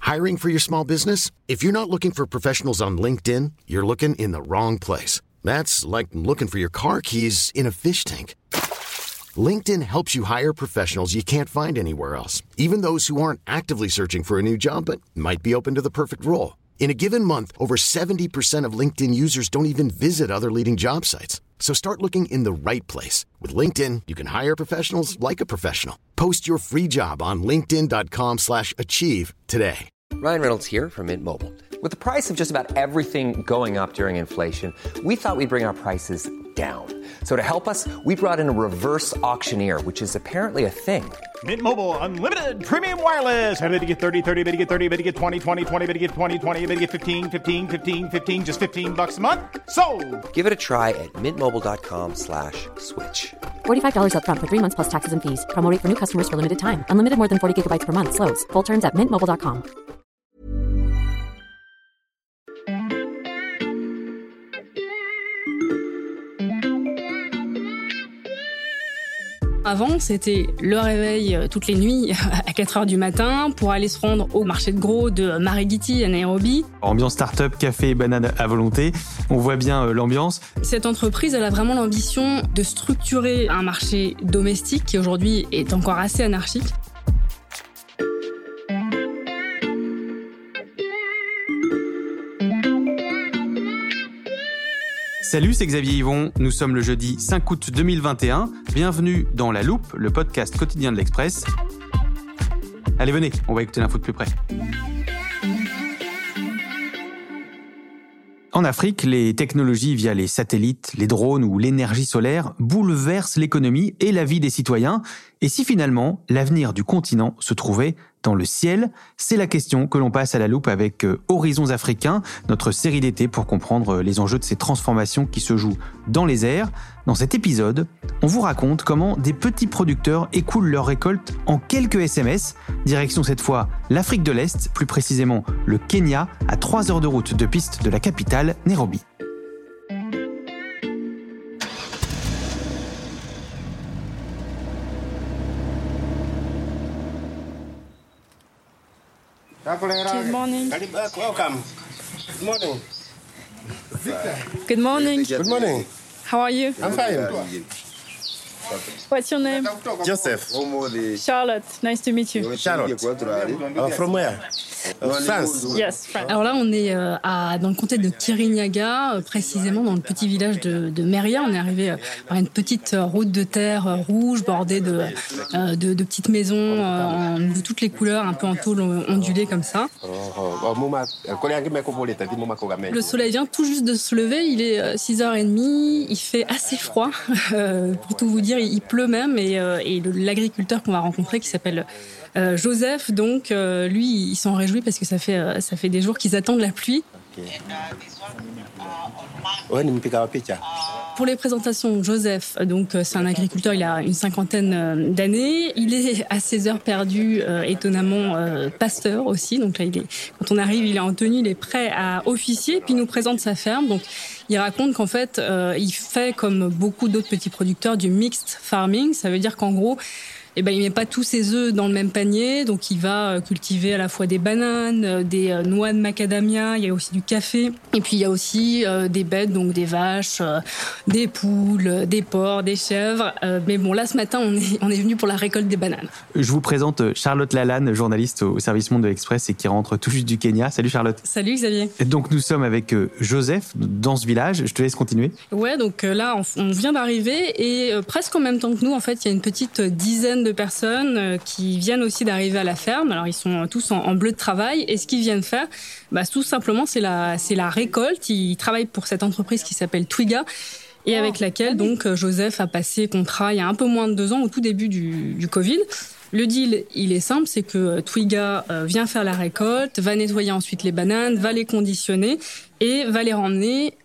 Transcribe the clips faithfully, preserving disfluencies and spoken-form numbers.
Hiring for your small business? If you're not looking for professionals on LinkedIn, you're looking in the wrong place. That's like looking for your car keys in a fish tank. LinkedIn helps you hire professionals you can't find anywhere else, even those who aren't actively searching for a new job but might be open to the perfect role. In a given month, over seventy percent of LinkedIn users don't even visit other leading job sites. So start looking in the right place. With LinkedIn, you can hire professionals like a professional. Post your free job on linkedin.com slash achieve today. Ryan Reynolds here from Mint Mobile. With the price of just about everything going up during inflation, we thought we'd bring our prices down. So to help us, we brought in a reverse auctioneer, which is apparently a thing. Mint Mobile Unlimited Premium Wireless. How to get thirty, thirty, how to get thirty, how to get twenty, twenty, twenty, how to get twenty, twenty, how to get fifteen, fifteen, fifteen, fifteen, just fifteen bucks a month? Sold! Give it a try at mintmobile.com slash switch. forty-five dollars up front for three months plus taxes and fees. Promo rate for new customers for limited time. Unlimited more than forty gigabytes per month. Slows full terms at mint mobile dot com. Avant, c'était le réveil toutes les nuits à quatre heures du matin pour aller se rendre au marché de gros de Marigiti à Nairobi. Ambiance start-up, café et banane à volonté. On voit bien euh, l'ambiance. Cette entreprise, elle a vraiment l'ambition de structurer un marché domestique qui aujourd'hui est encore assez anarchique. Salut, c'est Xavier Yvon. Nous sommes le jeudi cinq août deux mille vingt et un. Bienvenue dans La Loupe, le podcast quotidien de l'Express. Allez, venez, on va écouter l'info de plus près. En Afrique, les technologies via les satellites, les drones ou l'énergie solaire bouleversent l'économie et la vie des citoyens. Et si finalement, l'avenir du continent se trouvait dans le ciel? C'est la question que l'on passe à la loupe avec Horizons Africains, notre série d'été pour comprendre les enjeux de ces transformations qui se jouent dans les airs. Dans cet épisode, on vous raconte comment des petits producteurs écoulent leurs récoltes en quelques S M S. Direction cette fois l'Afrique de l'Est, plus précisément le Kenya, à trois heures de route de piste de la capitale, Nairobi. Good morning. Welcome. Good morning. Good morning. Good morning. How are you? I'm fine. What's your name? Joseph. Charlotte. Nice to meet you. Charlotte. Uh, from where? Uh, France. Yes, France. Alors là, on est euh, à, dans le comté de Kirinyaga, euh, précisément dans le petit village de, de Meria. On est arrivé euh, par une petite euh, route de terre euh, rouge bordée de, euh, de, de petites maisons euh, en, de toutes les couleurs, un peu en tôle ondulée comme ça. Le soleil vient tout juste de se lever, il est euh, six heures trente, il fait assez froid, euh, pour tout vous dire, il pleut même, et, euh, et le, l'agriculteur qu'on va rencontrer qui s'appelle euh, Joseph, donc euh, lui il s'en réjouit parce que ça fait, euh, ça fait des jours qu'ils attendent la pluie. Pour les présentations, Joseph, donc c'est un agriculteur, il a une cinquantaine d'années, il est à ses heures perdues, euh, étonnamment euh, pasteur aussi, donc là il est, quand on arrive, il est en tenue, il est prêt à officier, puis il nous présente sa ferme. Donc il raconte qu'en fait, euh, il fait comme beaucoup d'autres petits producteurs du mixed farming, ça veut dire qu'en gros, eh ben, il met pas tous ses œufs dans le même panier, donc il va cultiver à la fois des bananes, des noix de macadamia, il y a aussi du café, et puis il y a aussi euh, des bêtes, donc des vaches, euh, des poules, des porcs, des chèvres. Euh, mais bon, là ce matin, on est, on est venu pour la récolte des bananes. Je vous présente Charlotte Lalanne, journaliste au service Monde de l'Express et qui rentre tout juste du Kenya. Salut Charlotte. Salut Xavier. Et donc nous sommes avec Joseph dans ce village. Je te laisse continuer. Ouais, donc là on, on vient d'arriver et euh, presque en même temps que nous, en fait, il y a une petite dizaine de personnes qui viennent aussi d'arriver à la ferme. Alors ils sont tous en, en bleu de travail, et ce qu'ils viennent faire, bah, tout simplement c'est la, c'est la récolte. Ils travaillent pour cette entreprise qui s'appelle Twiga et avec laquelle donc Joseph a passé contrat il y a un peu moins de deux ans, au tout début du, du Covid. Le deal, il est simple, c'est que Twiga vient faire la récolte, va nettoyer ensuite les bananes, va les conditionner et va les ramener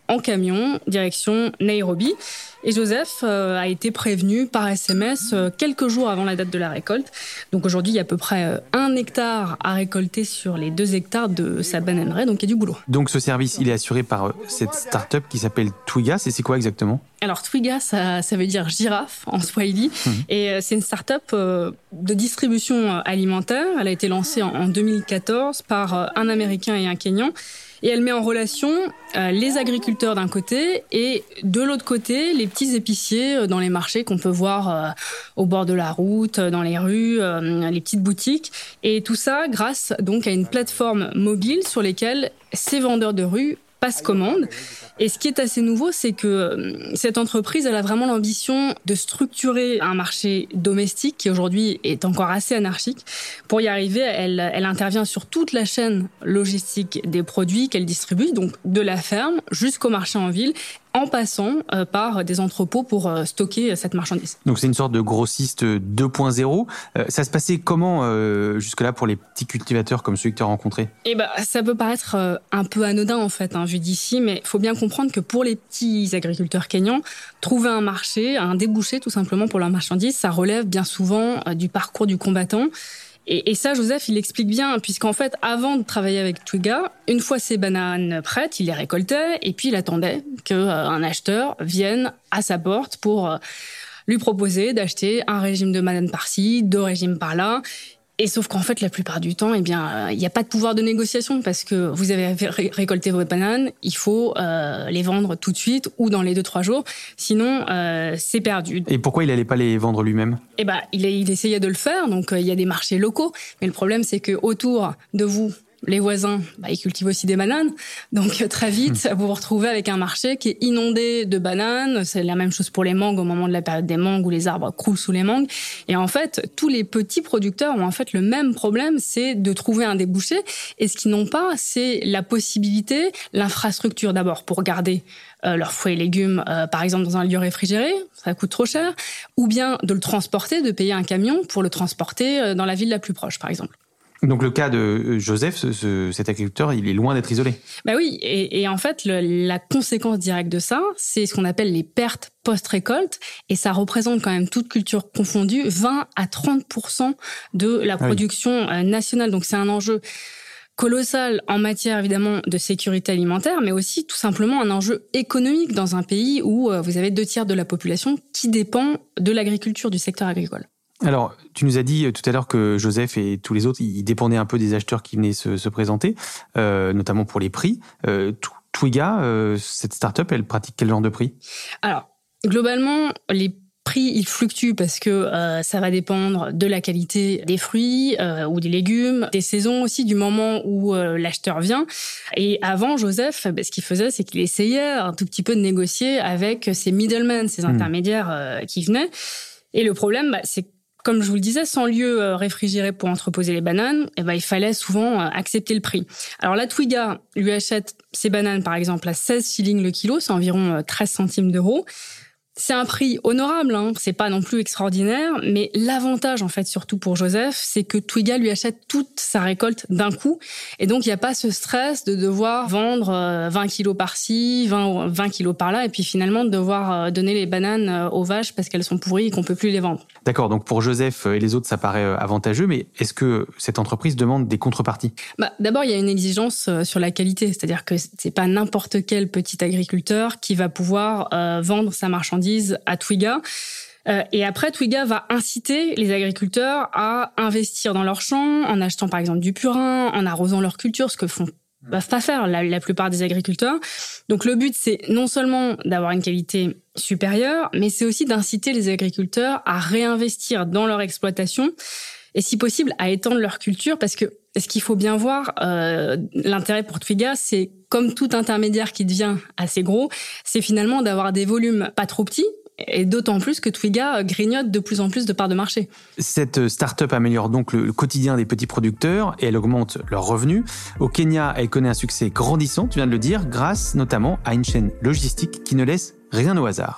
en camion, direction Nairobi. Et Joseph euh, a été prévenu par S M S euh, quelques jours avant la date de la récolte. Donc aujourd'hui, il y a à peu près euh, un hectare à récolter sur les deux hectares de sa bananeraie, donc il y a du boulot. Donc ce service, il est assuré par euh, cette start-up qui s'appelle Twiga. C'est, c'est quoi exactement ? Alors Twiga, ça, ça veut dire girafe en Swahili. Mmh. Et euh, c'est une start-up euh, de distribution alimentaire. Elle a été lancée en, en deux mille quatorze par euh, un Américain et un Kenyan. Et elle met en relation euh, les agriculteurs d'un côté et de l'autre côté, les petits épiciers euh, dans les marchés qu'on peut voir euh, au bord de la route, dans les rues, euh, les petites boutiques. Et tout ça grâce donc à une plateforme mobile sur laquelle ces vendeurs de rue passent commande. Et ce qui est assez nouveau, c'est que cette entreprise, elle a vraiment l'ambition de structurer un marché domestique qui aujourd'hui est encore assez anarchique. Pour y arriver, elle, elle intervient sur toute la chaîne logistique des produits qu'elle distribue, donc de la ferme jusqu'au marché en ville, en passant euh, par des entrepôts pour euh, stocker cette marchandise. Donc c'est une sorte de grossiste deux point zéro. Euh, ça se passait comment euh, jusque-là pour les petits cultivateurs comme ceux que tu as rencontrés ? Eh ben, ça peut paraître euh, un peu anodin en fait, hein, vu d'ici, mais il faut bien comprendre que pour les petits agriculteurs kenyans, trouver un marché, un débouché tout simplement pour leur marchandise, ça relève bien souvent euh, du parcours du combattant. Et, et ça, Joseph, il l'explique bien, puisqu'en fait, avant de travailler avec Twiga, une fois ses bananes prêtes, il les récoltait et puis il attendait qu'un euh, acheteur vienne à sa porte pour euh, lui proposer d'acheter un régime de bananes par-ci, deux régimes par-là. Et sauf qu'en fait, la plupart du temps, eh bien, il n'y a pas de pouvoir de négociation parce que vous avez ré- récolté vos bananes, il faut euh, les vendre tout de suite ou dans les deux trois jours, sinon euh, c'est perdu. Et pourquoi il n'allait pas les vendre lui-même ? Eh ben, il, il essayait de le faire, donc euh, il y a des marchés locaux, mais le problème c'est que autour de vous, les voisins, bah, ils cultivent aussi des bananes. Donc, très vite, vous vous retrouvez avec un marché qui est inondé de bananes. C'est la même chose pour les mangues au moment de la période des mangues où les arbres croulent sous les mangues. Et en fait, tous les petits producteurs ont en fait le même problème, c'est de trouver un débouché. Et ce qu'ils n'ont pas, c'est la possibilité, l'infrastructure d'abord pour garder euh, leurs fruits et légumes, euh, par exemple, dans un lieu réfrigéré. Ça coûte trop cher. Ou bien de le transporter, de payer un camion pour le transporter euh, dans la ville la plus proche, par exemple. Donc le cas de Joseph, ce, ce, cet agriculteur, il est loin d'être isolé. Bah oui, et, et en fait, le, la conséquence directe de ça, c'est ce qu'on appelle les pertes post-récolte, et ça représente quand même toute culture confondue, vingt à trente pour cent de la production ah oui. nationale. Donc c'est un enjeu colossal en matière évidemment de sécurité alimentaire, mais aussi tout simplement un enjeu économique dans un pays où vous avez deux tiers de la population qui dépend de l'agriculture, du secteur agricole. Alors, tu nous as dit tout à l'heure que Joseph et tous les autres, ils dépendaient un peu des acheteurs qui venaient se, se présenter, euh, notamment pour les prix. Euh, Twiga, euh, cette start-up, elle pratique quel genre de prix ? Alors, globalement, les prix, ils fluctuent parce que euh, ça va dépendre de la qualité des fruits euh, ou des légumes, des saisons aussi, du moment où euh, l'acheteur vient. Et avant, Joseph, bah, ce qu'il faisait, c'est qu'il essayait un tout petit peu de négocier avec ces middlemen, ces intermédiaires euh, qui venaient. Et le problème, bah, c'est comme je vous le disais, sans lieu réfrigéré pour entreposer les bananes, eh ben, il fallait souvent accepter le prix. Alors la Twiga lui achète ses bananes, par exemple, à seize shillings le kilo, c'est environ treize centimes d'euros. C'est un prix honorable, hein, c'est pas non plus extraordinaire, mais l'avantage, en fait, surtout pour Joseph, c'est que Twiga lui achète toute sa récolte d'un coup. Et donc, il n'y a pas ce stress de devoir vendre vingt kilos par-ci, vingt, vingt kilos par-là, et puis finalement de devoir donner les bananes aux vaches parce qu'elles sont pourries et qu'on peut plus les vendre. D'accord, donc pour Joseph et les autres, ça paraît avantageux, mais est-ce que cette entreprise demande des contreparties ? Bah, d'abord, il y a une exigence sur la qualité, c'est-à-dire que c'est pas n'importe quel petit agriculteur qui va pouvoir euh, vendre sa marchandise à Twiga. Euh, et après, Twiga va inciter les agriculteurs à investir dans leurs champs, en achetant par exemple du purin, en arrosant leur culture, ce que font peuvent pas faire la, la plupart des agriculteurs. Donc le but, c'est non seulement d'avoir une qualité supérieure, mais c'est aussi d'inciter les agriculteurs à réinvestir dans leur exploitation et si possible à étendre leur culture, parce que ce qu'il faut bien voir, euh, l'intérêt pour Twiga, c'est comme tout intermédiaire qui devient assez gros, c'est finalement d'avoir des volumes pas trop petits, et d'autant plus que Twiga grignote de plus en plus de parts de marché. Cette start-up améliore donc le quotidien des petits producteurs et elle augmente leurs revenus. Au Kenya, elle connaît un succès grandissant, tu viens de le dire, grâce notamment à une chaîne logistique qui ne laisse rien au hasard.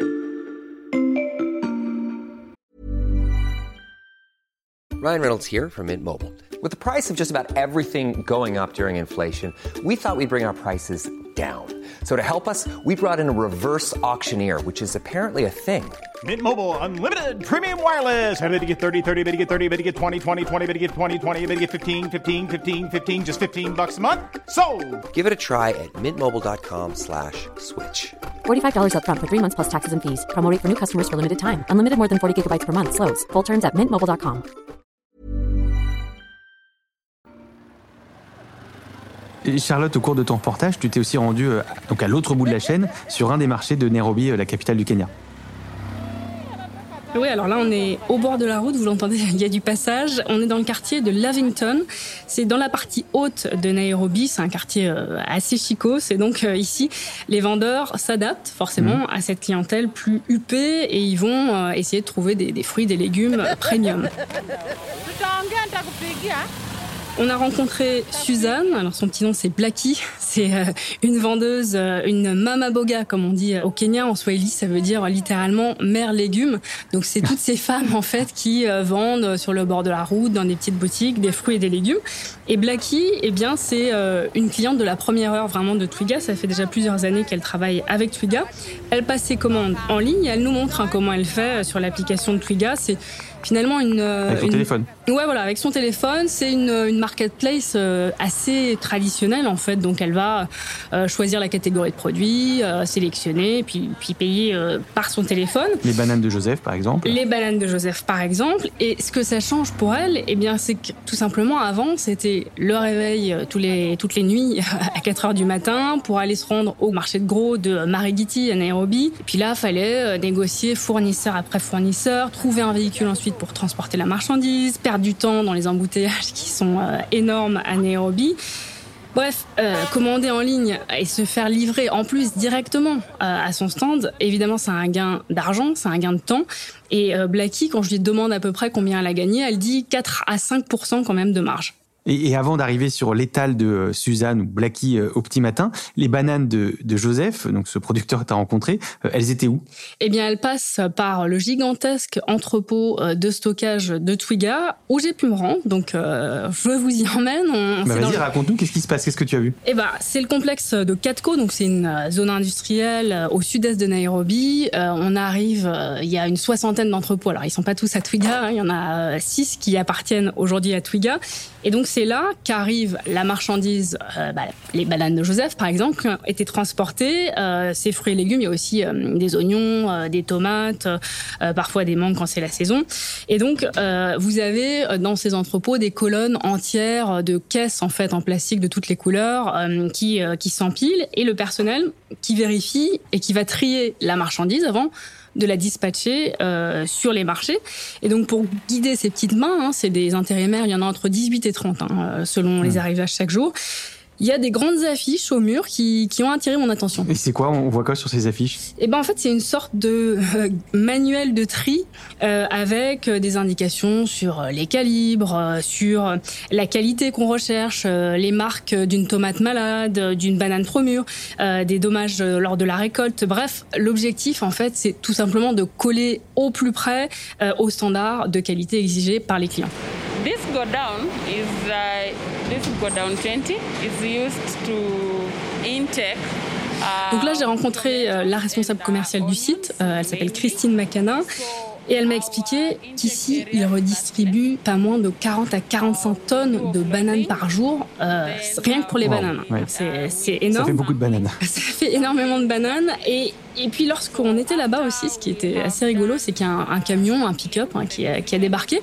Ryan Reynolds here from Mint Mobile. With the price of just about everything going up during inflation, we thought we'd bring our prices down. So to help us, we brought in a reverse auctioneer, which is apparently a thing. Mint Mobile Unlimited Premium Wireless. How to get thirty, thirty, how to get thirty, how to get twenty, twenty, twenty, how to get twenty, twenty, how to get fifteen, fifteen, fifteen, fifteen, just fifteen bucks a month? Sold! Give it a try at mintmobile.com slash switch. forty-five dollars up front for three months plus taxes and fees. Promo rate for new customers for limited time. Unlimited more than forty gigabytes per month. Slows full terms at mint mobile dot com. Charlotte, au cours de ton reportage, tu t'es aussi rendue euh, donc à l'autre bout de la chaîne, sur un des marchés de Nairobi, euh, la capitale du Kenya. Oui, alors là, on est au bord de la route, vous l'entendez, il y a du passage. On est dans le quartier de Lavington. C'est dans la partie haute de Nairobi. C'est un quartier euh, assez chicos. Et donc, euh, ici, les vendeurs s'adaptent forcément mmh. à cette clientèle plus huppée et ils vont euh, essayer de trouver des, des fruits, des légumes premium. On a rencontré Suzanne, alors son petit nom c'est Blackie, c'est euh, une vendeuse, euh, une mama boga comme on dit au Kenya, en Swahili ça veut dire littéralement mère légumes. Donc c'est toutes ces femmes en fait qui euh, vendent sur le bord de la route, dans des petites boutiques, des fruits et des légumes. Et Blackie, eh bien c'est euh, une cliente de la première heure vraiment de Twiga, ça fait déjà plusieurs années qu'elle travaille avec Twiga. Elle passe ses commandes en ligne et elle nous montre hein, comment elle fait sur l'application de Twiga. C'est finalement une... Avec son une... téléphone. Ouais, voilà, avec son téléphone. C'est une, une marketplace euh, assez traditionnelle, en fait. Donc, elle va euh, choisir la catégorie de produits, euh, sélectionner, puis, puis payer euh, par son téléphone. Les bananes de Joseph, par exemple. Les bananes de Joseph, par exemple. Et ce que ça change pour elle, eh bien, c'est que, tout simplement, avant, c'était le réveil euh, tous les, toutes les nuits à quatre heures du matin pour aller se rendre au marché de gros de Marigiti à Nairobi. Et puis là, il fallait euh, négocier fournisseur après fournisseur, trouver un véhicule ensuite pour transporter la marchandise, perdre du temps dans les embouteillages qui sont euh, énormes à Nairobi. Bref, euh, commander en ligne et se faire livrer en plus directement euh, à son stand, évidemment c'est un gain d'argent, c'est un gain de temps. Et euh, Blackie, quand je lui demande à peu près combien elle a gagné, elle dit quatre à cinq pour cent quand même de marge. Et, et avant d'arriver sur l'étal de Suzanne ou Blackie euh, au petit matin, les bananes de, de Joseph, donc ce producteur que tu as rencontré, euh, elles étaient où ? Eh bien, elles passent par le gigantesque entrepôt euh, de stockage de Twiga, où j'ai pu me rendre. Donc, euh, je vous y emmène. On, bah vas-y, le... raconte-nous, qu'est-ce qui se passe ? Qu'est-ce que tu as vu ? Eh ben, c'est le complexe de Katko, donc c'est une zone industrielle au sud-est de Nairobi. Euh, on arrive, euh, il y a une soixantaine d'entrepôts. Alors, ils sont pas tous à Twiga, hein, il y en a euh, six qui appartiennent aujourd'hui à Twiga. Et donc, c'est là qu'arrive la marchandise, euh, bah, les bananes de Joseph, par exemple, qui ont été transportées. Euh, ces fruits et légumes, il y a aussi euh, des oignons, euh, des tomates, euh, parfois des mangues quand c'est la saison. Et donc, euh, vous avez dans ces entrepôts des colonnes entières de caisses, en fait, en plastique de toutes les couleurs, euh, qui, euh, qui s'empilent. Et le personnel qui vérifie et qui va trier la marchandise avant de la dispatcher euh, sur les marchés. Et donc, pour guider ces petites mains, hein, c'est des intérimaires, il y en a entre dix-huit et trente, hein, selon mmh. les arrivages chaque jour. Il y a des grandes affiches au mur qui, qui ont attiré mon attention. Et c'est quoi ? On voit quoi sur ces affiches ? Eh ben en fait, c'est une sorte de euh, manuel de tri euh, avec des indications sur les calibres, euh, sur la qualité qu'on recherche, euh, les marques d'une tomate malade, d'une banane trop mûre, euh, des dommages lors de la récolte. Bref, l'objectif, en fait, c'est tout simplement de coller au plus près euh, aux standards de qualité exigés par les clients. This go down is uh, this go down twenty is used to intake. Uh, Donc là, j'ai rencontré euh, la responsable commerciale du site. Euh, elle s'appelle Christine Makana. Et elle m'a expliqué qu'ici, ils redistribuent pas moins de quarante à quarante-cinq tonnes de bananes par jour, euh, rien que pour les wow, bananes. Ouais. C'est, c'est énorme. Ça fait beaucoup de bananes. Ça fait énormément de bananes. Et, et puis, lorsqu'on était là-bas aussi, ce qui était assez rigolo, c'est qu'il y a un, un camion, un pick-up hein, qui, a, qui a débarqué.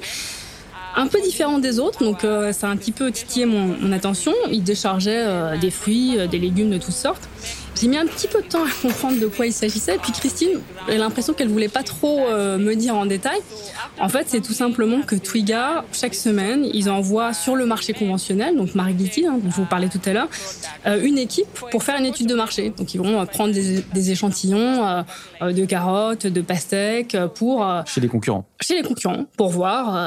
Un peu différent des autres, donc euh, ça a un petit peu titillé mon, mon attention. Il déchargeait euh, des fruits, euh, des légumes de toutes sortes. J'ai mis un petit peu de temps à comprendre de quoi il s'agissait. Et puis Christine, j'ai l'impression qu'elle voulait pas trop euh, me dire en détail. En fait, c'est tout simplement que Twiga, chaque semaine, ils envoient sur le marché conventionnel, donc Marigiti, hein, dont je vous parlais tout à l'heure, euh, une équipe pour faire une étude de marché. Donc ils vont euh, prendre des, des échantillons euh, de carottes, de pastèques, pour... Euh, chez les concurrents. Chez les concurrents, pour voir... Euh,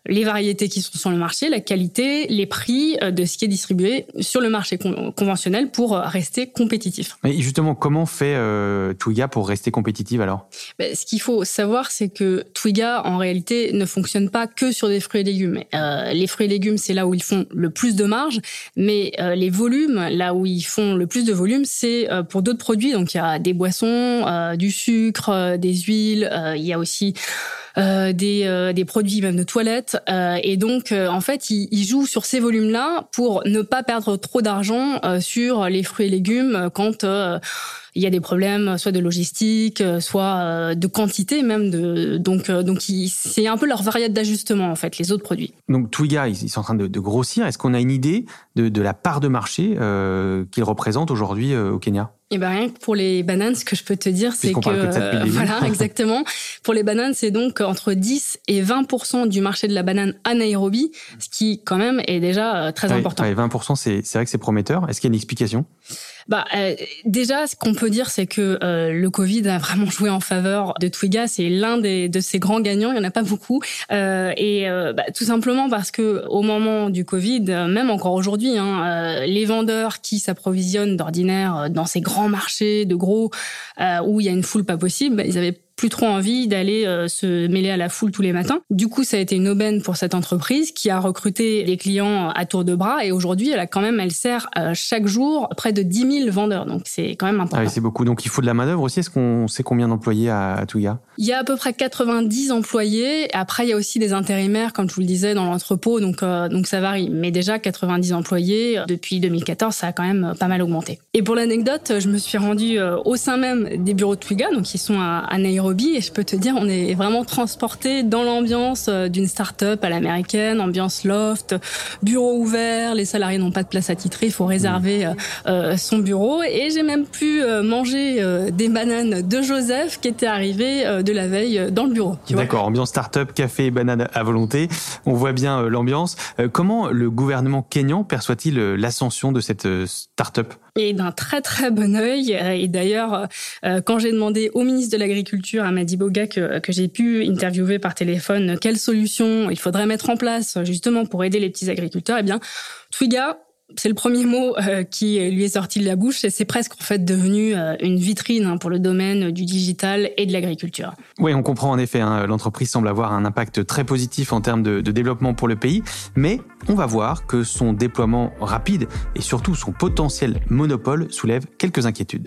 les variétés qui sont sur le marché, la qualité, les prix de ce qui est distribué sur le marché con- conventionnel pour rester compétitif. Et justement, comment fait euh, Twiga pour rester compétitive alors ? Ben, ce qu'il faut savoir, c'est que Twiga, en réalité, ne fonctionne pas que sur des fruits et légumes. Euh, les fruits et légumes, c'est là où ils font le plus de marge, mais euh, les volumes, là où ils font le plus de volume, c'est euh, pour d'autres produits. Donc, il y a des boissons, euh, du sucre, euh, des huiles, euh, il y a aussi... Euh, des, euh, des produits même de toilette euh, et donc euh, en fait ils, ils jouent sur ces volumes-là pour ne pas perdre trop d'argent euh, sur les fruits et légumes quand euh, il y a des problèmes soit de logistique, soit euh, de quantité même de donc euh, donc ils, c'est un peu leur variable d'ajustement en fait les autres produits. Donc Twiga ils, ils sont en train de, de grossir. Est-ce qu'on a une idée de, de la part de marché euh, qu'ils représentent aujourd'hui euh, au Kenya ? Et ben rien que pour les bananes, ce que je peux te dire, c'est Puisqu'on que, parle que de ça depuis le début. voilà, exactement. Pour les bananes, c'est donc entre dix et vingt pour cent du marché de la banane à Nairobi, ce qui quand même est déjà très ouais, important. Ouais, vingt pour cent, c'est c'est vrai que c'est prometteur. Est-ce qu'il y a une explication ? Bah euh, déjà, ce qu'on peut dire, c'est que euh, le Covid a vraiment joué en faveur de Twiga. C'est l'un des de ses grands gagnants. Il y en a pas beaucoup, euh, et euh, bah, tout simplement parce que au moment du Covid, même encore aujourd'hui, hein, euh, les vendeurs qui s'approvisionnent d'ordinaire dans ces grands marchés de gros euh, où il y a une foule pas possible, bah, ils avaient plus trop envie d'aller euh, se mêler à la foule tous les matins. Du coup, ça a été une aubaine pour cette entreprise qui a recruté des clients à tour de bras et aujourd'hui, elle a quand même, elle sert euh, chaque jour près de dix mille vendeurs. Donc, c'est quand même important. Ah oui, c'est beaucoup. Donc, il faut de la main-d'œuvre aussi. Est-ce qu'on sait combien d'employés à, à Twiga ? Il y a à peu près quatre-vingt-dix employés. Après, il y a aussi des intérimaires, comme je vous le disais, dans l'entrepôt. Donc, euh, donc ça varie. Mais déjà, quatre-vingt-dix employés. Depuis deux mille quatorze, ça a quand même pas mal augmenté. Et pour l'anecdote, je me suis rendue euh, au sein même des bureaux de Twiga. Donc, ils sont à, à Nairobi. Et je peux te dire, on est vraiment transporté dans l'ambiance d'une start-up à l'américaine, ambiance loft, bureau ouvert, les salariés n'ont pas de place attitrée, il faut réserver euh, son bureau. Et j'ai même pu euh, manger euh, des bananes de Joseph qui étaient arrivées euh, de la veille dans le bureau. Tu D'accord, vois. ambiance start-up, café et banane à volonté. On voit bien euh, l'ambiance. Euh, comment le gouvernement kényan perçoit-il euh, l'ascension de cette euh, start-up ? Et d'un très très bon œil. Et d'ailleurs, euh, quand j'ai demandé au ministre de l'Agriculture, à Madi Boga, que, que j'ai pu interviewer par téléphone, quelles solutions il faudrait mettre en place justement pour aider les petits agriculteurs, eh bien, Twiga, c'est le premier mot euh, qui lui est sorti de la bouche et c'est presque en fait devenu euh, une vitrine hein, pour le domaine du digital et de l'agriculture. Oui, on comprend en effet, hein, l'entreprise semble avoir un impact très positif en termes de, de développement pour le pays, mais on va voir que son déploiement rapide et surtout son potentiel monopole soulève quelques inquiétudes.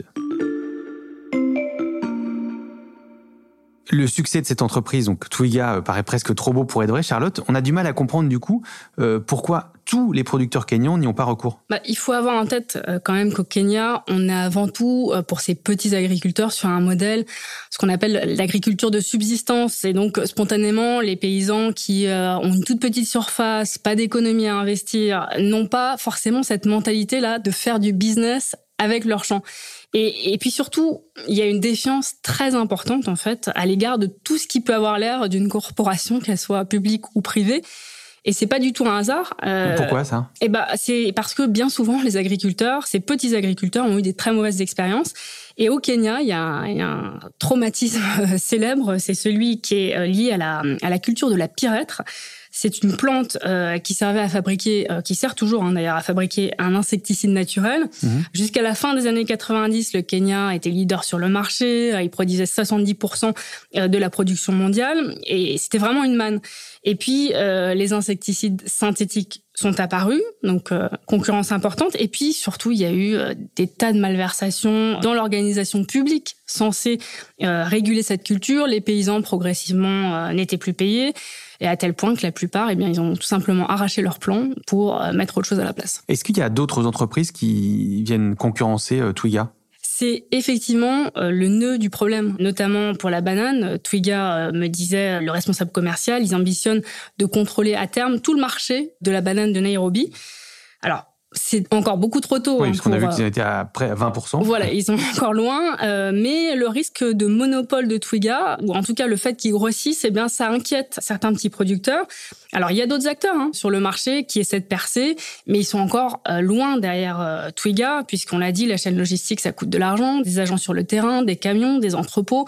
Le succès de cette entreprise, donc Twiga, paraît presque trop beau pour être vrai, Charlotte. On a du mal à comprendre du coup euh, pourquoi tous les producteurs kenyans n'y ont pas recours. Bah, il faut avoir en tête euh, quand même qu'au Kenya, on est avant tout, euh, pour ces petits agriculteurs, sur un modèle, ce qu'on appelle l'agriculture de subsistance. Et donc, spontanément, les paysans qui euh, ont une toute petite surface, pas d'économie à investir, n'ont pas forcément cette mentalité-là de faire du business avec leurs champs. Et, et puis surtout, il y a une défiance très importante en fait à l'égard de tout ce qui peut avoir l'air d'une corporation, qu'elle soit publique ou privée. Et c'est pas du tout un hasard. Euh, Pourquoi ça ? Eh ben, c'est parce que bien souvent les agriculteurs, ces petits agriculteurs, ont eu des très mauvaises expériences. Et au Kenya, il y a, il y a un traumatisme célèbre, c'est celui qui est lié à la, à la culture de la pyrètre. C'est une plante euh, qui servait à fabriquer, euh, qui sert toujours hein, d'ailleurs à fabriquer un insecticide naturel. Mmh. Jusqu'à la fin des années quatre-vingt-dix, le Kenya était leader sur le marché. Il produisait soixante-dix pour cent de la production mondiale et c'était vraiment une manne. Et puis euh, les insecticides synthétiques sont apparus, donc euh, concurrence importante. Et puis surtout, il y a eu euh, des tas de malversations dans l'organisation publique censée euh, réguler cette culture. Les paysans progressivement euh, n'étaient plus payés. Et à tel point que la plupart, eh bien, ils ont tout simplement arraché leur plan pour euh, mettre autre chose à la place. Est-ce qu'il y a d'autres entreprises qui viennent concurrencer euh, Twiga ? C'est effectivement euh, le nœud du problème, notamment pour la banane. Twiga euh, me disait, le responsable commercial, ils ambitionnent de contrôler à terme tout le marché de la banane de Nairobi. Alors, c'est encore beaucoup trop tôt. Oui, hein, parce qu'on pour, a vu qu'ils étaient à près à vingt pour cent. Voilà, ils sont encore loin. Euh, mais le risque de monopole de Twiga, ou en tout cas le fait qu'ils grossissent, eh bien, ça inquiète certains petits producteurs. Alors, il y a d'autres acteurs hein, sur le marché qui essaient de percer, mais ils sont encore euh, loin derrière euh, Twiga, puisqu'on l'a dit, la chaîne logistique, ça coûte de l'argent, des agents sur le terrain, des camions, des entrepôts.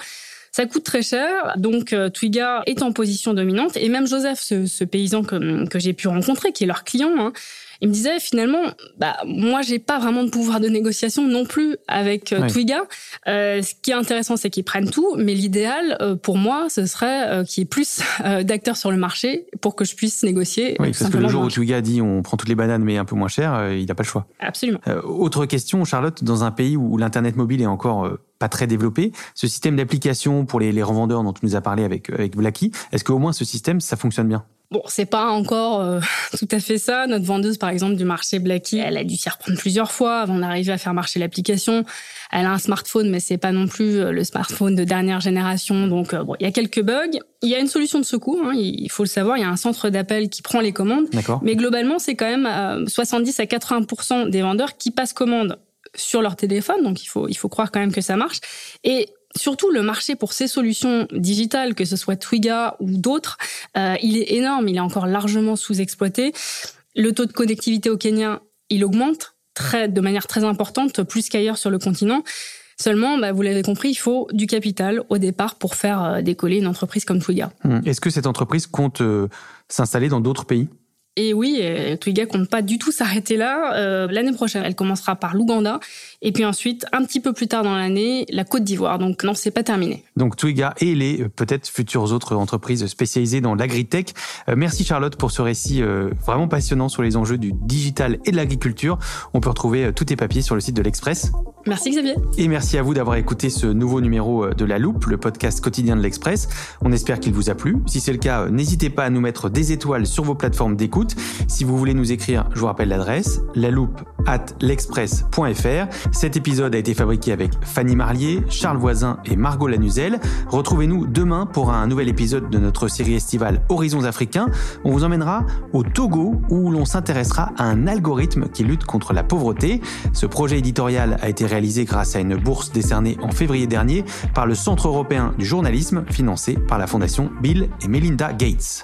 Ça coûte très cher, donc euh, Twiga est en position dominante. Et même Joseph, ce, ce paysan que, que j'ai pu rencontrer, qui est leur client, hein, il me disait finalement, bah moi j'ai pas vraiment de pouvoir de négociation non plus avec euh, ouais. Twiga. Euh, ce qui est intéressant, c'est qu'ils prennent tout, mais l'idéal euh, pour moi, ce serait euh, qu'il y ait plus euh, d'acteurs sur le marché pour que je puisse négocier. Oui, parce que le jour où Twiga dit on prend toutes les bananes mais un peu moins cher, euh, il n'a pas le choix. Absolument. Euh, autre question, Charlotte, dans un pays où l'internet mobile est encore euh, pas très développé, ce système d'application pour les, les revendeurs dont tu nous as parlé avec avec Blacky, est-ce qu'au moins ce système ça fonctionne bien? Bon, c'est pas encore euh, tout à fait ça. Notre vendeuse, par exemple, du marché Blacky, elle a dû s'y reprendre plusieurs fois avant d'arriver à faire marcher l'application. Elle a un smartphone, mais c'est pas non plus le smartphone de dernière génération. Donc, euh, bon, il y a quelques bugs. Il y a une solution de secours, hein, il faut le savoir. Il y a un centre d'appel qui prend les commandes. D'accord. Mais globalement, c'est quand même euh, soixante-dix à quatre-vingts pour cent des vendeurs qui passent commande sur leur téléphone. Donc, il faut, il faut croire quand même que ça marche. Et surtout, le marché pour ces solutions digitales, que ce soit Twiga ou d'autres, euh, il est énorme, il est encore largement sous-exploité. Le taux de connectivité au Kenya, il augmente très, de manière très importante, plus qu'ailleurs sur le continent. Seulement, bah, vous l'avez compris, il faut du capital au départ pour faire euh, décoller une entreprise comme Twiga. Est-ce que cette entreprise compte euh, s'installer dans d'autres pays ? Et oui, Twiga compte pas du tout s'arrêter là. Euh, l'année prochaine, elle commencera par l'Ouganda. Et puis ensuite, un petit peu plus tard dans l'année, la Côte d'Ivoire. Donc non, c'est pas terminé. Donc Twiga et les peut-être futures autres entreprises spécialisées dans l'agritech. Euh, merci Charlotte pour ce récit euh, vraiment passionnant sur les enjeux du digital et de l'agriculture. On peut retrouver euh, tous tes papiers sur le site de l'Express. Merci Xavier. Et merci à vous d'avoir écouté ce nouveau numéro de La Loupe, le podcast quotidien de l'Express. On espère qu'il vous a plu. Si c'est le cas, n'hésitez pas à nous mettre des étoiles sur vos plateformes d'écoute. Si vous voulez nous écrire, je vous rappelle l'adresse, laloupe arobase l'express point f r. Cet épisode a été fabriqué avec Fanny Marlier, Charles Voisin et Margot Lanuzel. Retrouvez-nous demain pour un nouvel épisode de notre série estivale Horizons africains. On vous emmènera au Togo où l'on s'intéressera à un algorithme qui lutte contre la pauvreté. Ce projet éditorial a été réalisé grâce à une bourse décernée en février dernier par le Centre européen du journalisme financé par la fondation Bill et Melinda Gates.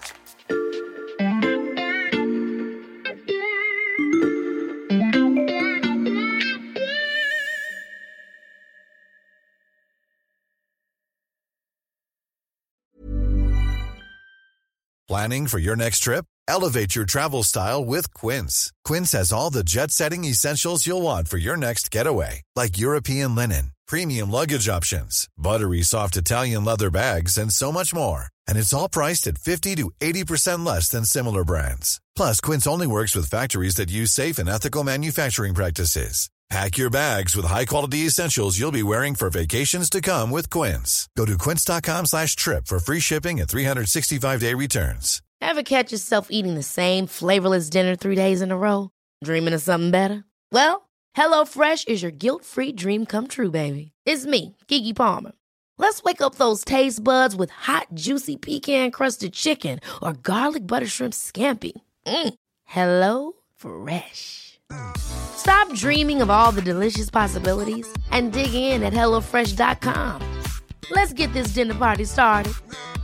Planning for your next trip? Elevate your travel style with Quince. Quince has all the jet-setting essentials you'll want for your next getaway, like European linen, premium luggage options, buttery soft Italian leather bags, and so much more. And it's all priced at fifty to eighty percent less than similar brands. Plus, Quince only works with factories that use safe and ethical manufacturing practices. Pack your bags with high-quality essentials you'll be wearing for vacations to come with Quince. Go to quince.com slash trip for free shipping and three sixty-five day returns. Ever catch yourself eating the same flavorless dinner three days in a row? Dreaming of something better? Well, HelloFresh is your guilt-free dream come true, baby. It's me, Keke Palmer. Let's wake up those taste buds with hot, juicy pecan-crusted chicken or garlic butter shrimp scampi. Mm. Hello Fresh. Stop dreaming of all the delicious possibilities and dig in at hello fresh dot com. Let's get this dinner party started.